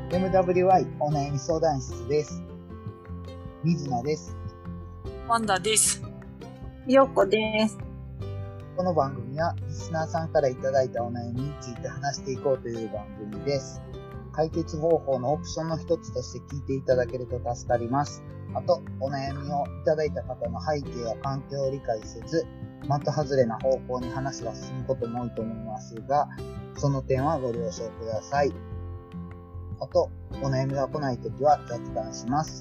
MWI お悩み相談室です。水野です。 ワンダです。 ようこです。 この番組はリスナーさんからいただいたお悩みについて話していこうという番組です。解決方法のオプションの一つとして聞いていただけると助かります。あと、お悩みをいただいた方の背景や環境を理解せず、的外れな方向に話が進むことも多いと思いますが、その点はご了承ください。あと、お悩みが来ないときは雑談します。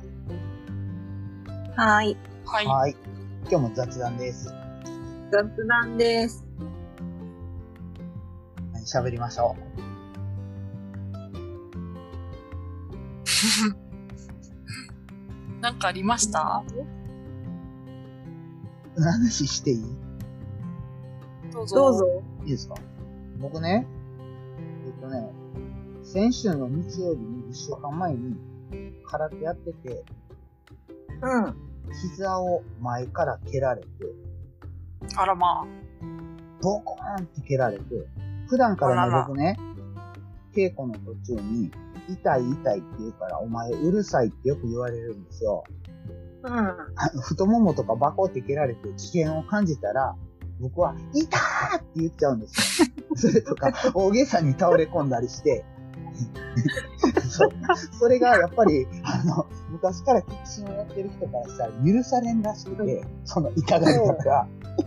はい。 はい。今日も雑談です。 雑談です。 喋りましょう。なんかありました？ 話していい？ どうぞ。 どうぞ。 いいですか？僕ね、先週の日曜日に1週間前に空手やってて、膝を前から蹴られて、 あらまあ。 ボコーンって蹴られて、普段からね、僕ね、稽古の途中に、痛い痛いって言うから、お前うるさいってよく言われるんですよ。太ももとかバコって蹴られて危険を感じたら、僕は、痛ーって言っちゃうんですよ。それとか、大げさに倒れ込んだりして、それがやっぱり、昔からキッチンをやってる人からしたら許されんらしくて、その痛がり方が。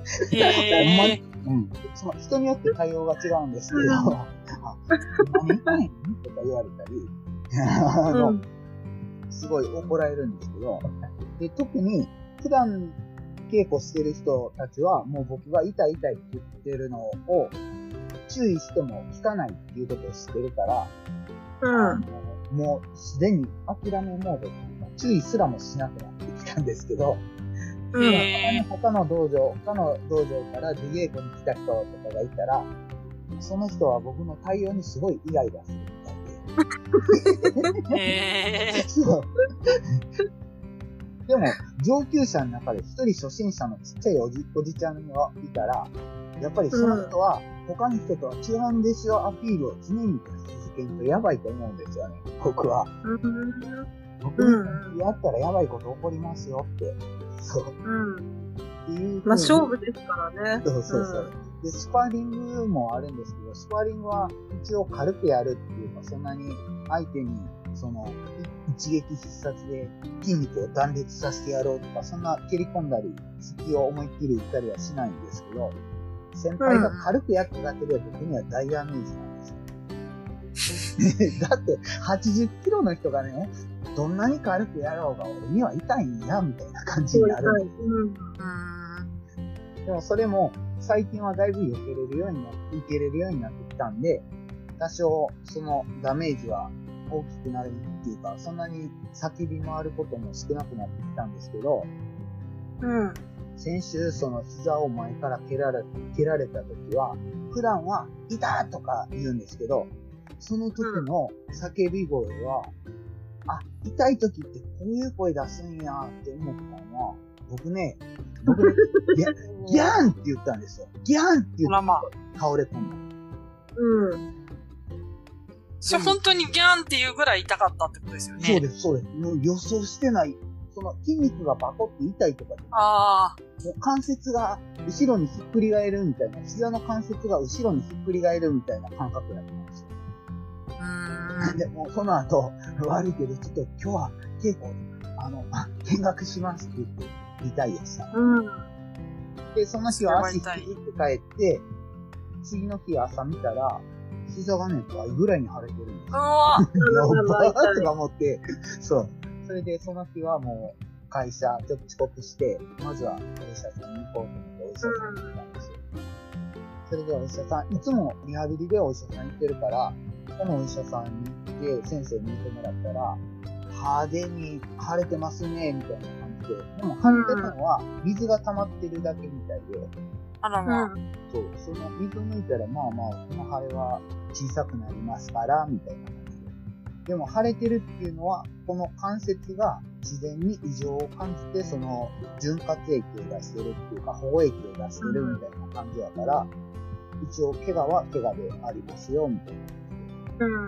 その人によって対応が違うんですけど、何痛いのとか言われたり、すごい怒られるんですけど、で特に普段稽古してる人たちはもう僕が痛い痛いって言ってるのを注意しても聞かないっていうことを知ってるから、もうすでに諦めモードっていうか注意すらもしなくなってきたんですけど、他の道場から出稽古に来た人とかがいたら、その人は僕の対応にすごいイライラするみたいで。そうでも、上級者の中で一人初心者のちっちゃいおじちゃんがいたら、やっぱりその人は他の人とは違うんですよアピールを常に続けるとやばいと思うんですよね、僕は。僕にやったらやばいこと起こりますよって。そう。っていう。 まあ、勝負ですからね。 そう。で、スパーリングもあるんですけど、スパーリングは一応軽くやるっていうか、そんなに相手に、一撃必殺で筋肉を断裂させてやろうとか、そんな蹴り込んだり、突きを思いっきり打ったりはしないんですけど、先輩が軽くやっただけで僕には大ダメージなんですよ。だって、80キロの人がね、どんなに軽くやろうが俺には痛いんや、みたいな感じになるんですよ。でもそれも、最近はだいぶ受けれるようになってきたんで、多少そのダメージは大きくなるっていうか、そんなに叫び回ることも少なくなってきたんですけど、先週その膝を前から蹴られた時は、普段は痛とか言うんですけど、その時の叫び声は、痛い時ってこういう声出すんやって思ったのは、僕ね、ギャンって言ったんですよ。ギャンって言って倒れ込んだ。 それ本当にギャンっていうぐらい痛かったってことですよね。 そうです。もう予想してない。その筋肉がバコって痛いとかで。もう関節が後ろにひっくり返るみたいな、膝の関節が後ろにひっくり返るみたいな感覚だったんですよ。でもその後、悪いけどちょっと今日は稽古、見学しますって言ってリタイアした。で、その日は足引きずって帰って、次の日朝見たら、膝がね、倍ぐらいに腫れてるんですよ。やばーとか思って、そう。それでその日はもう会社ちょっと遅刻して、まずはお医者さんに行こうと思ってお医者さんに行ったんですよ。それでお医者さん、いつもリハビリでお医者さん行ってるから、このお医者さんに行って先生に見てもらったら、派手に腫れてますね、みたいな感じで。でも腫れてたのは水が溜まってるだけみたいで。そう、その水抜いたらこの腫れは小さくなりますから、みたいな感じで。でも腫れてるっていうのは、この関節が自然に異常を感じて、その潤滑液を出してるっていうか、保護液を出してるみたいな感じだから、一応怪我は怪我でありますよ、みたいな。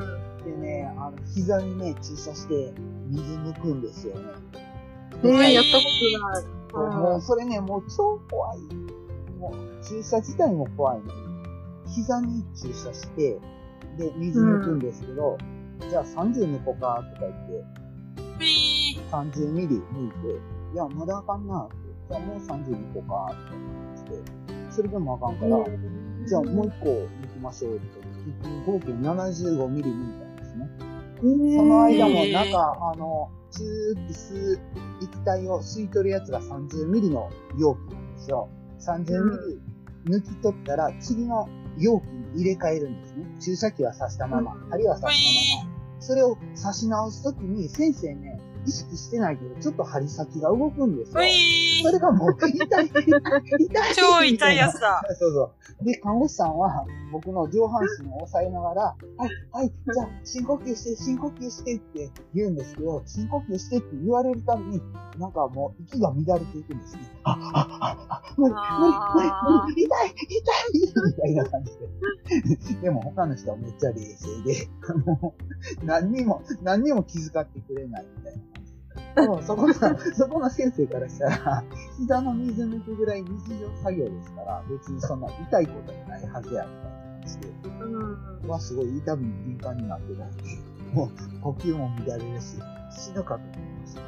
ってね、膝にね、注射して水抜くんですよね。 やったことない。 もう、それね、もう超怖い。もう、注射自体も怖いのに、膝に注射して、で、水抜くんですけど、じゃあ30抜こうか、とか言って、30ミリ抜いて、いや、まだあかんなって、じゃあもう30抜こうか、って言って、それでもあかんから、じゃあもう1個抜きましょうって、結局合計75ミリ抜いたんですね。その間も、なんか、チューって吸う液体を吸い取るやつが30ミリの容器なんですよ。30ミリ抜き取ったら、次の容器に入れ替えるんですね。注射器は刺したまま、針は刺したまま。それを刺し直すときに、先生ね、意識してないけど、ちょっと針先が動くんですよ。それがもう、痛い。 超痛いやつだ。 そうそう。で、看護師さんは、僕の上半身を押さえながら、はい、じゃあ、深呼吸してって言うんですけど、深呼吸してって言われるたびに、なんかもう、息が乱れていくんですね。無理、痛いみたいな感じで。でも他の人はめっちゃ冷静で、何にも気遣ってくれないみたいな。でもそこの先生からしたら、膝の水抜くぐらい日常作業ですから、別にそんな痛いこともないはずや、みたいな感じで。すごい痛みに敏感になってたので、もう呼吸も乱れるし、死ぬかと思いました。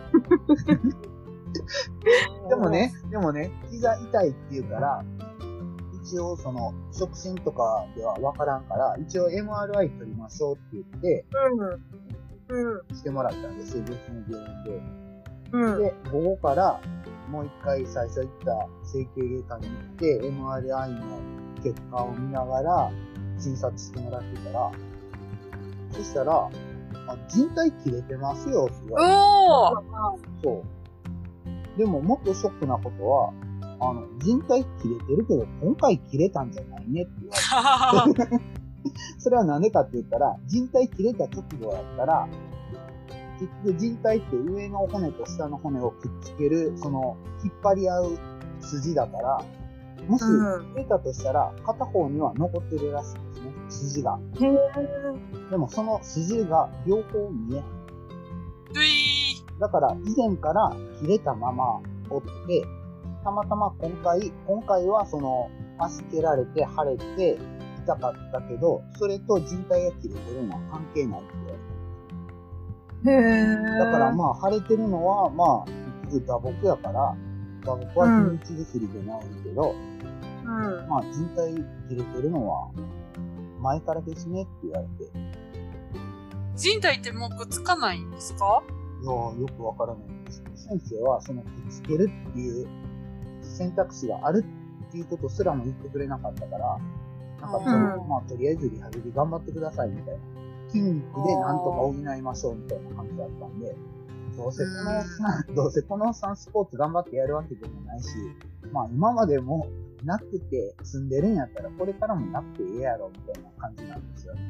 でもね、膝痛いって言うから、一応触診とかではわからんから、一応 MRI 取りましょうって言って、してもらったんですよ、別の病院で。で、午後からもう一回最初行った整形外科に行って、MRI の結果を見ながら診察してもらってたら、そしたら、靭帯切れてますよって言われて。そう。でももっとショックなことは、靭帯切れてるけど、今回切れたんじゃないねって言われて。それはなんでかって言ったら、靭帯切れた直後やったら、結局靭帯って上の骨と下の骨をくっつける、引っ張り合う筋だから、もし切れたとしたら、片方には残ってるらしいんですね、筋が。でもその筋が両方見えない。だから以前から切れたままおって、たまたま今回は足蹴られて腫れて痛かったけど、それと靭帯が切れてるのは関係ないって言われて。だから腫れてるのは結局打撲やから、打撲は日にち薬で治るけど、靭帯切れてるのは前からですねって言われて。 靭帯ってもうくっつかないんですか？ いや、よくわからないんですけど、先生はくっつけるっていう選択肢があるっていうことすらも言ってくれなかったから、とりあえずリハビリ頑張ってくださいみたいな。筋肉でなんとか補いましょうみたいな感じだったんで、どうせこのスポーツ頑張ってやるわけでもないし、今までもなくて積んでるんやったらこれからもなくてええやろみたいな感じなんですよね。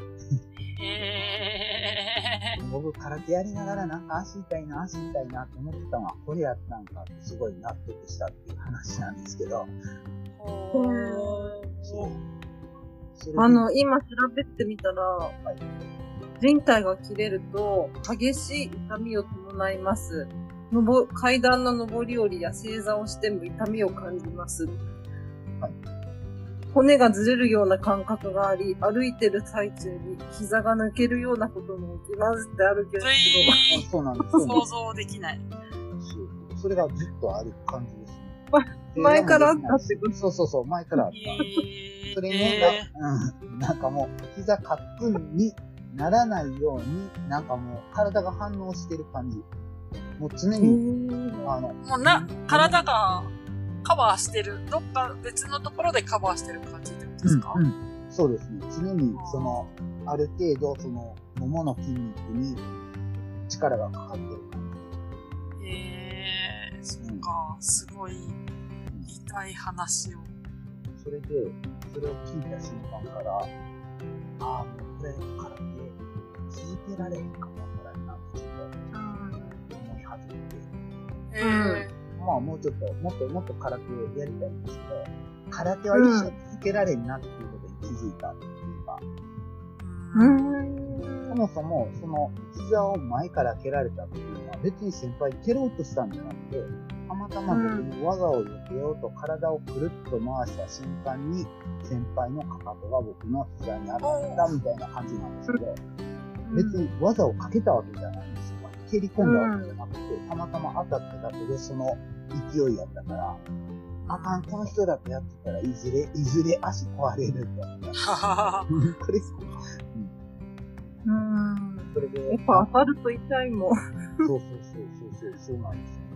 僕空手やりながらなんか足痛いなって思ってたのはこれやったんかってすごい納得したっていう話なんですけど。 今調べてみたら、靭帯が切れると激しい痛みを伴います。階段の上り下りや正座をしても痛みを感じます。骨がずれるような感覚があり、歩いてる最中に膝が抜けるようなことも起きますってあるけど。 そうなんです。 想像できない。 それがずっとある感じですね。 前からあったってこと？ そう、前からあった。それね、なんかもう膝カックンにならないように、なんかもう体が反応してる感じ。もう常に、 体がカバーしてる、どっか別のところでカバーしてる感じってことですか？ そうですね。常にある程度ももの筋肉に力がかかってる感じ。そっか、すごい痛い話を。 それを聞いた瞬間から、もうこれ空手続けられへんかもわからんなってちょっと思い始めて。もうちょっと、もっと空手やりたいんですけど、空手は一生続けられんなっていうことに気づいたっていうか、 そもそも、その、膝を前から蹴られたっていうのは、別に先輩蹴ろうとしたんじゃなくて、たまたま僕の技を避けようと体をくるっと回した瞬間に、先輩のかかとが僕の膝に当たったみたいな感じなんですけど、別に技をかけたわけじゃないんですよ。蹴り込んだわけじゃなくて、たまたま当たっただけでその勢いやったから、あかん、この人だとやってたらいずれ足壊れると思った。これ、それで。 やっぱ当たると痛いもん。 そうなんですよ。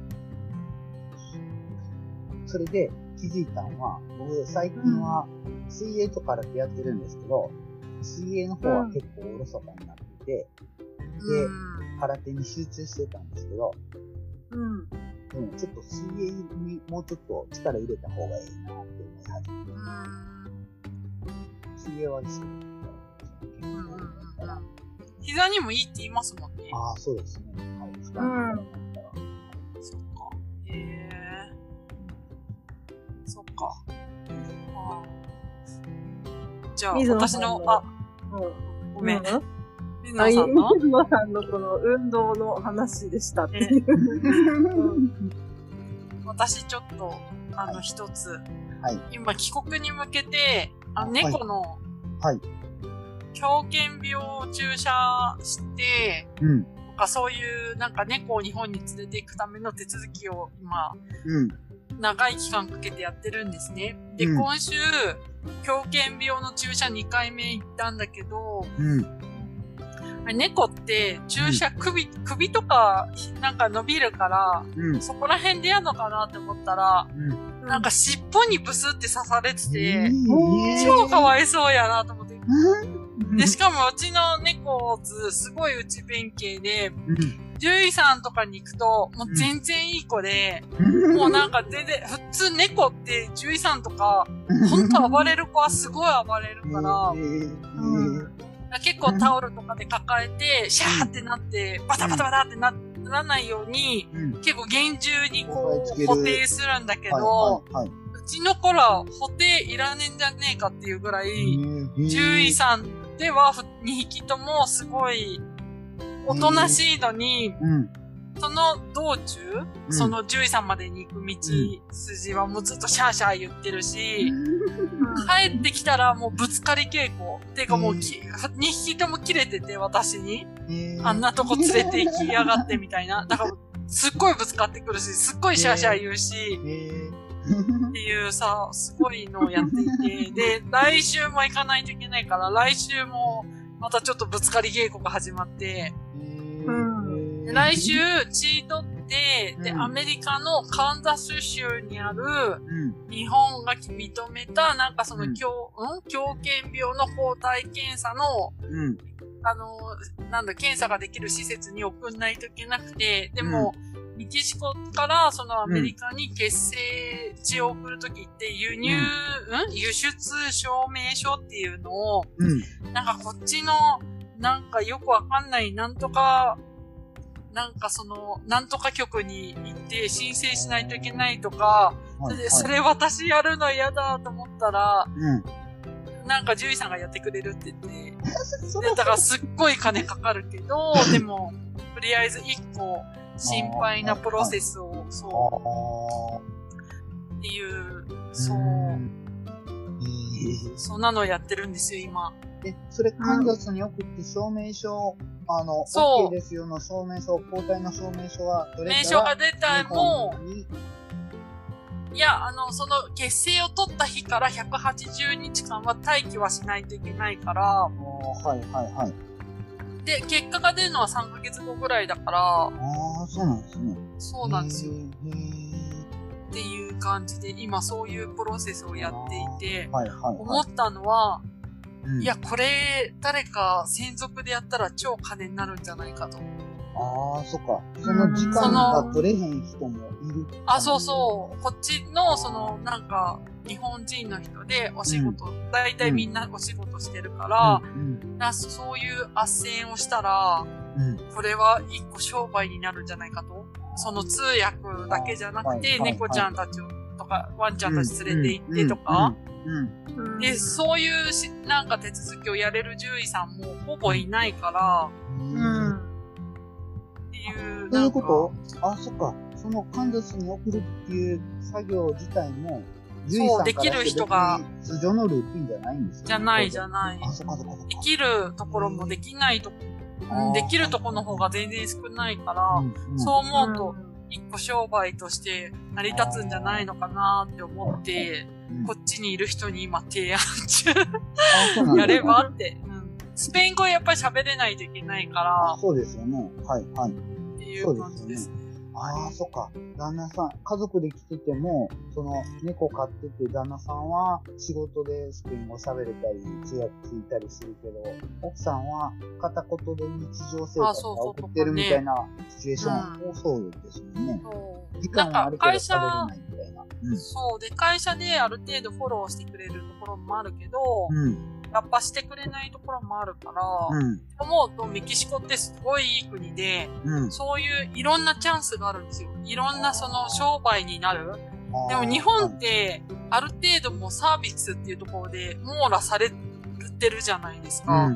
それで気づいたのは、僕最近は水泳と空手やってるんですけど、水泳の方は結構おろそかになってて、で、空手に集中してたんですけど、でもちょっと水泳にもうちょっと力入れた方がいいなって思い始めて、水泳は一緒に膝にもいいって言いますもんね。 ああ、そうですね。はい、そっか。 そっか。じゃあ、私の、ごめん。水野さんの水野さんのこの運動の話でしたっていう。 私ちょっと、一つ、今帰国に向けて、猫の、狂犬病を注射して、そういうなんか猫を日本に連れて行くための手続きを今、長い期間かけてやってるんですね。で、今週、狂犬病の注射2回目行ったんだけど、猫って注射首とかなんか伸びるから、そこら辺でやるのかなって思ったら、なんか尻尾にブスって刺されてて、超かわいそうやなと思って。で、しかもうちの猫図、すごい内弁慶で、獣医さんとかに行くと、もう全然いい子で、もうなんか全然、普通猫って獣医さんとか、ほんと暴れる子はすごい暴れるから、結構タオルとかで抱えて、シャーってなって、バタバタバタってならないように、結構厳重にこう、固定するんだけど、うちの子ら、補定いらねえんじゃねえかっていうぐらい、獣医さんでは2匹ともすごい、おとなしいのに、その道中、その獣医さんまでに行く道筋はもうずっとシャーシャー言ってるし、帰ってきたらもうぶつかり稽古。てかもう2匹とも切れてて、私に。あんなとこ連れて行きやがってみたいな。だから、すっごいぶつかってくるし、すっごいシャーシャー言うし、っていうさ、すごいのをやっていて、で、来週も行かないといけないから、来週もまたちょっとぶつかり稽古が始まって、来週、血取って、で、アメリカのカンザス州にある、日本が認めた、なんかその狂犬病の抗体検査の、検査ができる施設に送んないといけなくて、でも、メキシコからそのアメリカに血清血を送るときって輸出証明書っていうのを、なんかこっちの、なんかよくわかんないなんとか、なんかその、なんとか局に行って申請しないといけないとか、それ私やるの嫌だと思ったら、なんか獣医さんがやってくれるって言って、だからすっごい金かかるけど、でも、とりあえず1個心配なプロセスを、っていう、そんなのやってるんですよ、今。 それカンザスに送って証明書、OK ですよの証明書、抗体の証明書はどれか。 名称が出たらもう、いや、その血清を取った日から180日間は待機はしないといけないから、で、結果が出るのは3ヶ月後ぐらいだから、 そうなんですね。 そうなんですよ。っていう感じで、今そういうプロセスをやっていて、思ったのは、いや、これ、誰か専属でやったら超金になるんじゃないかと。 そっか。その時間が取れへん人もいる。 そうそう。こっちの、なんか、日本人の人でお仕事、だいたいみんなお仕事してるから、そういう斡旋をしたら、これは一個商売になるんじゃないかと。その通訳だけじゃなくて、猫ちゃんたちとか、ワンちゃんたち連れて行ってとか、 で、そういうなんか手続きをやれる獣医さんもほぼいないから、っていう。 どういうこと？そっか。その患者さんに送るっていう作業自体も、獣医さんからできる人が、 通常のルーティンじゃないんですよ。 じゃない。 そっか。 できるところもできないところ、できるところの方が全然少ないから、そう思うと、一個商売として成り立つんじゃないのかなって思って、こっちにいる人に今提案中。やればって。スペイン語やっぱり喋れないといけないから。 そうですよね。はい。 っていう感じですね。 そっか。旦那さん、家族で来てても、その、猫飼ってて、旦那さんは仕事でスペイン語喋れたり、通訳ついたりするけど、奥さんは片言で日常生活を送ってるみたいなシチュエーションもそうですよね。時間はあるけど喋れないみたいな。 そう。で、会社である程度フォローしてくれるところもあるけど、やっぱしてくれないところもあるから、思うとメキシコってすごいいい国で、そういういろんなチャンスがあるんですよ。いろんなその商売になる。でも日本ってある程度もうサービスっていうところで網羅されてるじゃないですか。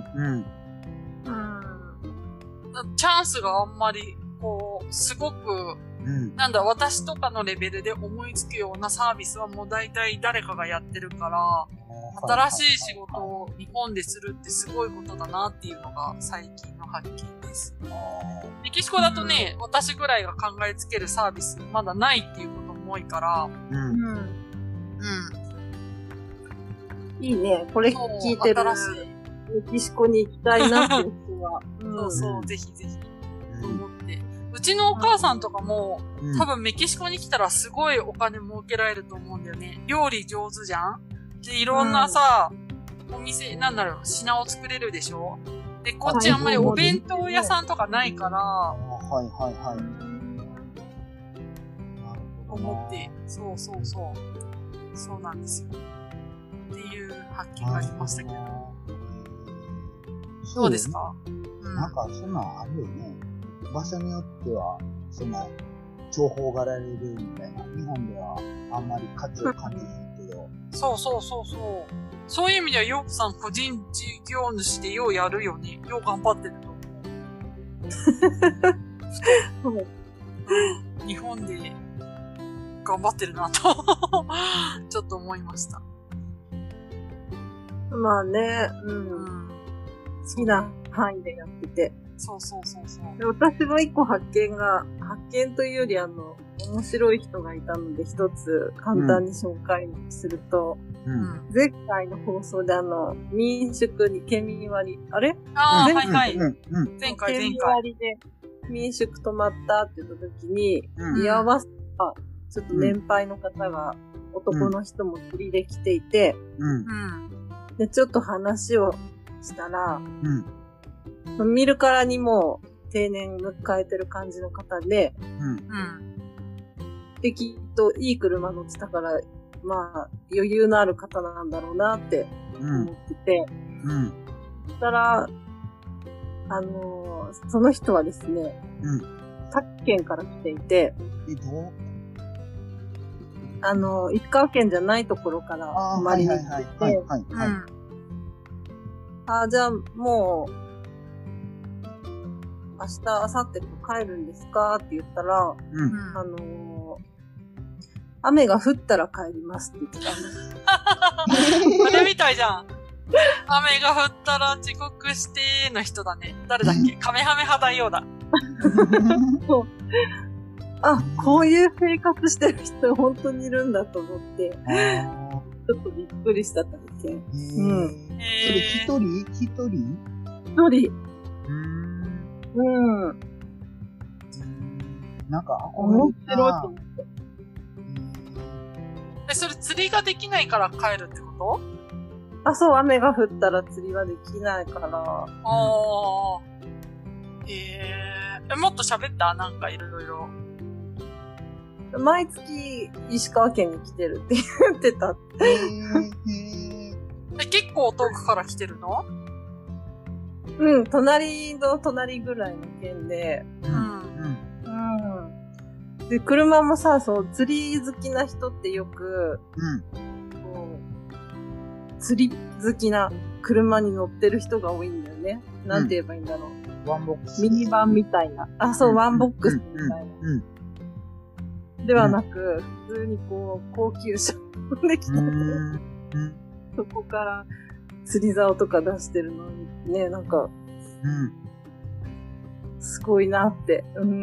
チャンスがあんまりこう、すごく、私とかのレベルで思いつくようなサービスはもう大体誰かがやってるから、新しい仕事を日本でするってすごいことだなっていうのが最近の発見です。メキシコだとね、私ぐらいが考えつけるサービスまだないっていうことも多いから、 いいね。これ聞いてる。メキシコに行きたいなっていう人は。 そう、ぜひぜひ。と思って。うちのお母さんとかも、多分メキシコに来たらすごいお金儲けられると思うんだよね。料理上手じゃん？で、いろんなさ、お店、品を作れるでしょ？で、こっちあんまりお弁当屋さんとかないから、思って、そうなんですよ。っていう発見がありましたけど。どうですか？ なんか、そんなんあるよね。場所によっては、その、重宝がられるみたいな。日本ではあんまり価値を感じないけど。 そう。そういう意味では、ヨークさん個人事業主でようやるよね。よう頑張ってると思う。日本で頑張ってるなと、ちょっと思いました。 まあね、好きな範囲でやってて。 そう。 私も一個発見というより面白い人がいたので一つ簡単に紹介すると、前回の放送で民宿に県民割、あれ？ はい。前回。 県民割で民宿泊まったって言った時に、居合わせたちょっと年配の方が男の人も釣りで来ていて、で、ちょっと話をしたら、見るからにも定年迎えてる感じの方で、で、きっといい車乗ってたから、まあ、余裕のある方なんだろうなって思ってて、そしたら、その人はですね、他県から来ていて、石川県じゃないところから泊まりに来てて、じゃあもう、明日、明後日と帰るんですかって言ったら、雨が降ったら帰りますって言ってたんです。 あれみたいじゃん。雨が降ったら遅刻しての人だね。誰だっけ？カメハメハ大王だ。 そう。こういう生活してる人本当にいるんだと思って、ちょっとびっくりした体験。 それ一人？ 一人。 なんか面白いと思って。 それ釣りができないから帰るってこと？ そう、雨が降ったら釣りはできないから。 もっと喋った？なんかいろいろ。 毎月石川県に来てるって言ってた。 結構遠くから来てるの？ 隣の隣ぐらいの県で。で、車もさ、そう、釣り好きな人ってよく、 釣り好きな車に乗ってる人が多いんだよね。なんて言えばいいんだろう。 ワンボックス。 ミニバンみたいな。あ、そう、ワンボックスみたいな。ではなく、普通にこう、高級車できてて、そこから釣り竿とか出してるのにね、なんか、すごいなって。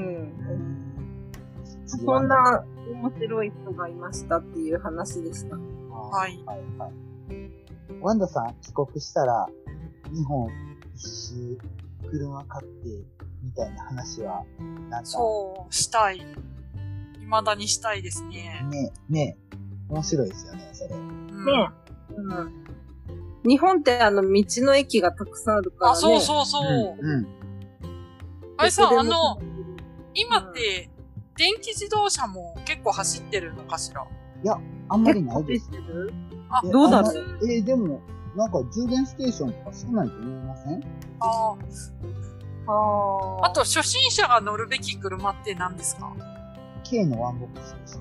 そんな面白い人がいましたっていう話でした。 はい。 ワンダさん帰国したら、日本一周車買って、みたいな話は、なんか。 そう、したい。未だにしたいですね。 ね面白いですよね、それ。ね日本って道の駅がたくさんあるからね。 あ、そう。あれさ、今って、電気自動車も結構走ってるのかしら？ いや、あんまりないです。 あ、どうだろう？ でも、なんか充電ステーションとか少ないと思いません？ あと、初心者が乗るべき車って何ですか？ K のワンボックスですね。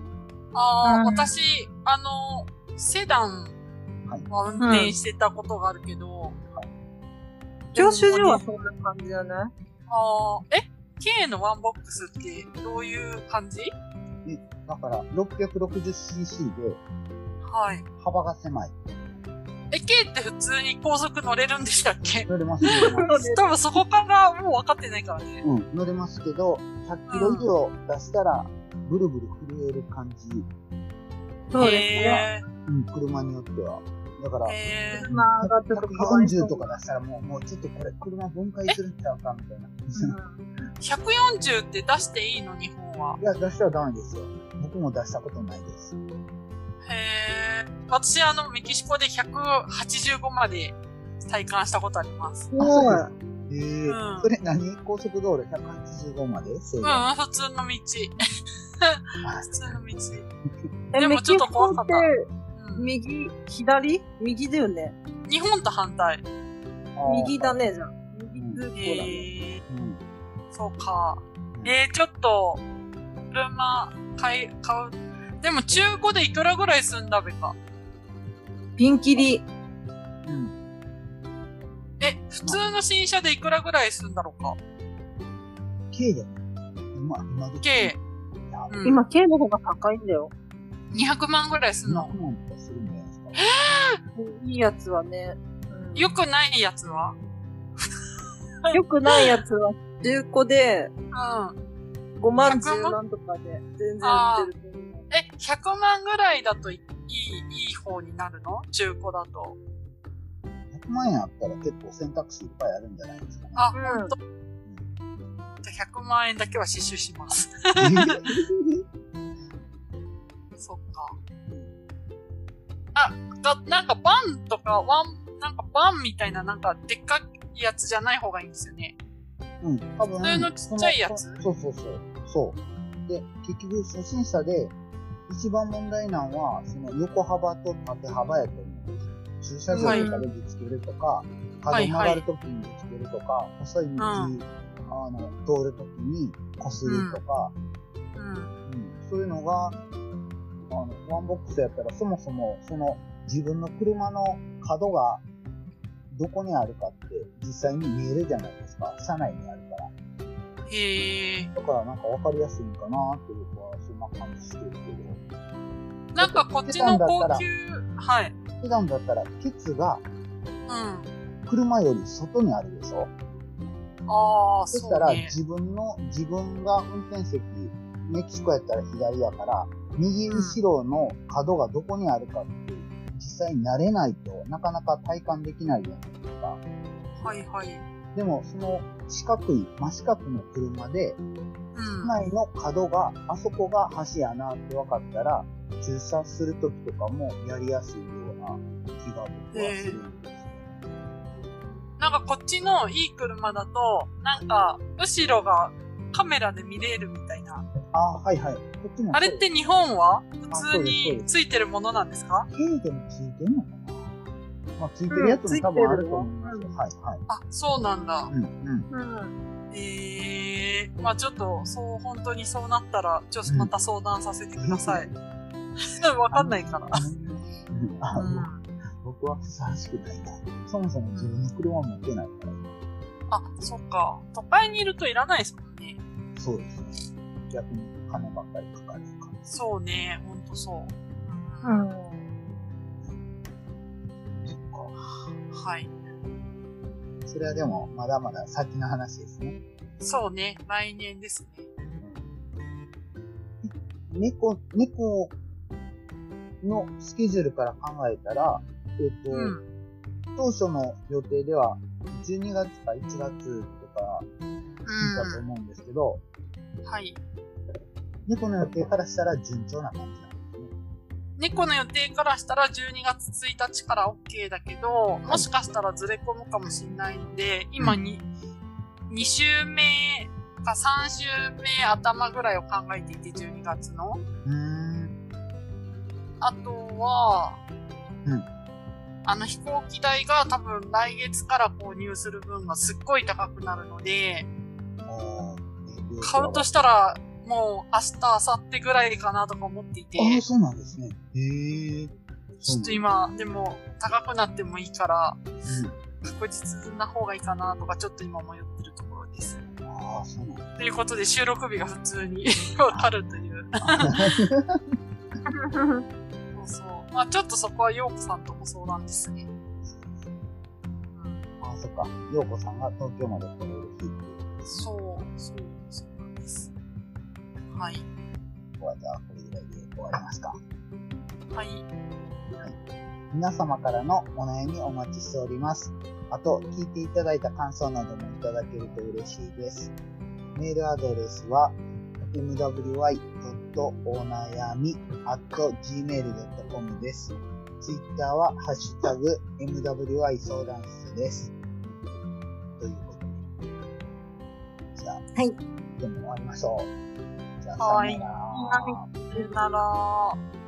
私、セダンは運転してたことがあるけど、 教習所はそんな感じじゃない？ K のワンボックスってどういう感じ？ だから 660cc で、幅が狭い。 K って普通に高速乗れるんでしたっけ？ 乗れます。 多分そこからもう分かってないからね。 乗れますけど、100キロ以上出したら、ブルブル震える感じ。 そうですね。 車によっては。だから、 車がちょっとかわいそう。 140とか出したらもうちょっとこれ車分解するんちゃうかみたいな。 140って出していいの？日本は。 いや、出したらダメですよ。僕も出したことないです。 私メキシコで185まで体感したことあります。 それ何？高速道路185まで？ 普通の道。普通の道。でもちょっと怖かった。 右だよね。 日本と反対。 右だね、じゃん。右通行だね。 そうか。ちょっと、車買う。でも中古でいくらぐらいすんだべか。 ピンキリ。 普通の新車でいくらぐらいすんだろうか。 K で今で K。 今 K の方が高いんだよ。 200万ぐらいすんの？ 200万とかするんじゃないですか。 いいやつはね。 良くないやつは？ 良くないやつは中古で、5万、10万とかで全然売ってる。 100万ぐらいだといい方になるの？中古だと。 100万円あったら結構選択肢いっぱいあるんじゃないですかね。 ほんと。じゃあ100万円だけは死守します。そっか。なんかバンとか、なんかバンみたいななんかでっかいやつじゃない方がいいんですよね。 多分。 普通のちっちゃいやつ？ そう。で、結局初心者で一番問題なのは、その横幅と縦幅やと思う。駐車場とかでぶつけるとか、角曲がるときにぶつけるとか、細い道、通るときに擦るとか、そういうのが、ワンボックスやったらそもそもその自分の車の角がどこにあるかって実際に見えるじゃないですか。車内にあるから。だからなんかわかりやすいんかなって僕はそんな感じしてるけど。 なんかこっちの高級、 普段だったらケツが車より外にあるでしょ。そしたら自分が運転席、メキシコやったら左やから、右後ろの角がどこにあるかって実際に慣れないとなかなか体感できないじゃないですか。でもその真四角の車で、室内の角があそこが橋やなって分かったら、駐車するときとかもやりやすいような気が僕はするんです。 なんかこっちのいい車だと、なんか後ろがカメラで見れるみたいな。 こっちもあれって日本は普通についてるものなんですか？ K でもついてんのかな？ついてるやつも多分あると思いますよ。 そうなんだ。ちょっと、本当にそうなったら、また相談させてください。わかんないから。 僕僕はふさわしくないな。そもそも自分の車持ってないから。 あ、そっか。都会にいるといらないですもんね。 そうですね。逆に金ばっかりかかるから。 そうね、ほんとそう。 そっか。 はい。 それはでも、まだまだ先の話ですね。 そうね、来年ですね。 猫のスケジュールから考えたら、当初の予定では、12月か1月とか、聞いたと思うんですけど、 はい。 猫の予定からしたら順調な感じなんですね。 猫の予定からしたら12月1日から OK だけど、もしかしたらずれ込むかもしれないので、今に、2週目か3週目頭ぐらいを考えていて、12月の。あとは、飛行機代が多分来月から購入する分がすっごい高くなるので、買うとしたら、もう明日、明後日ぐらいかなとか思っていて。 ああ、そうなんですね。へえ。 ちょっと今、でも高くなってもいいから、確実な方がいいかなとかちょっと今迷ってるところです。 ああ、そうなんですね。 ということで収録日が普通にわかるという。そうそう。まあちょっとそこは陽子さんとも相談ですね。 ああ、そっか。陽子さんが東京まで来れる日。 そうなんです。はい。 ここはじゃあこれぐらいで終わりますか。 はい。 皆様からのお悩みお待ちしております。あと、聞いていただいた感想などもいただけると嬉しいです。メールアドレスは mwy.onayami@gmail.com です。ツイッターはハッシュタグ MWI 相談室です。ということで。じゃあ、 はい。 でも終わりましょう。じゃあ、さよなら。 さよなら。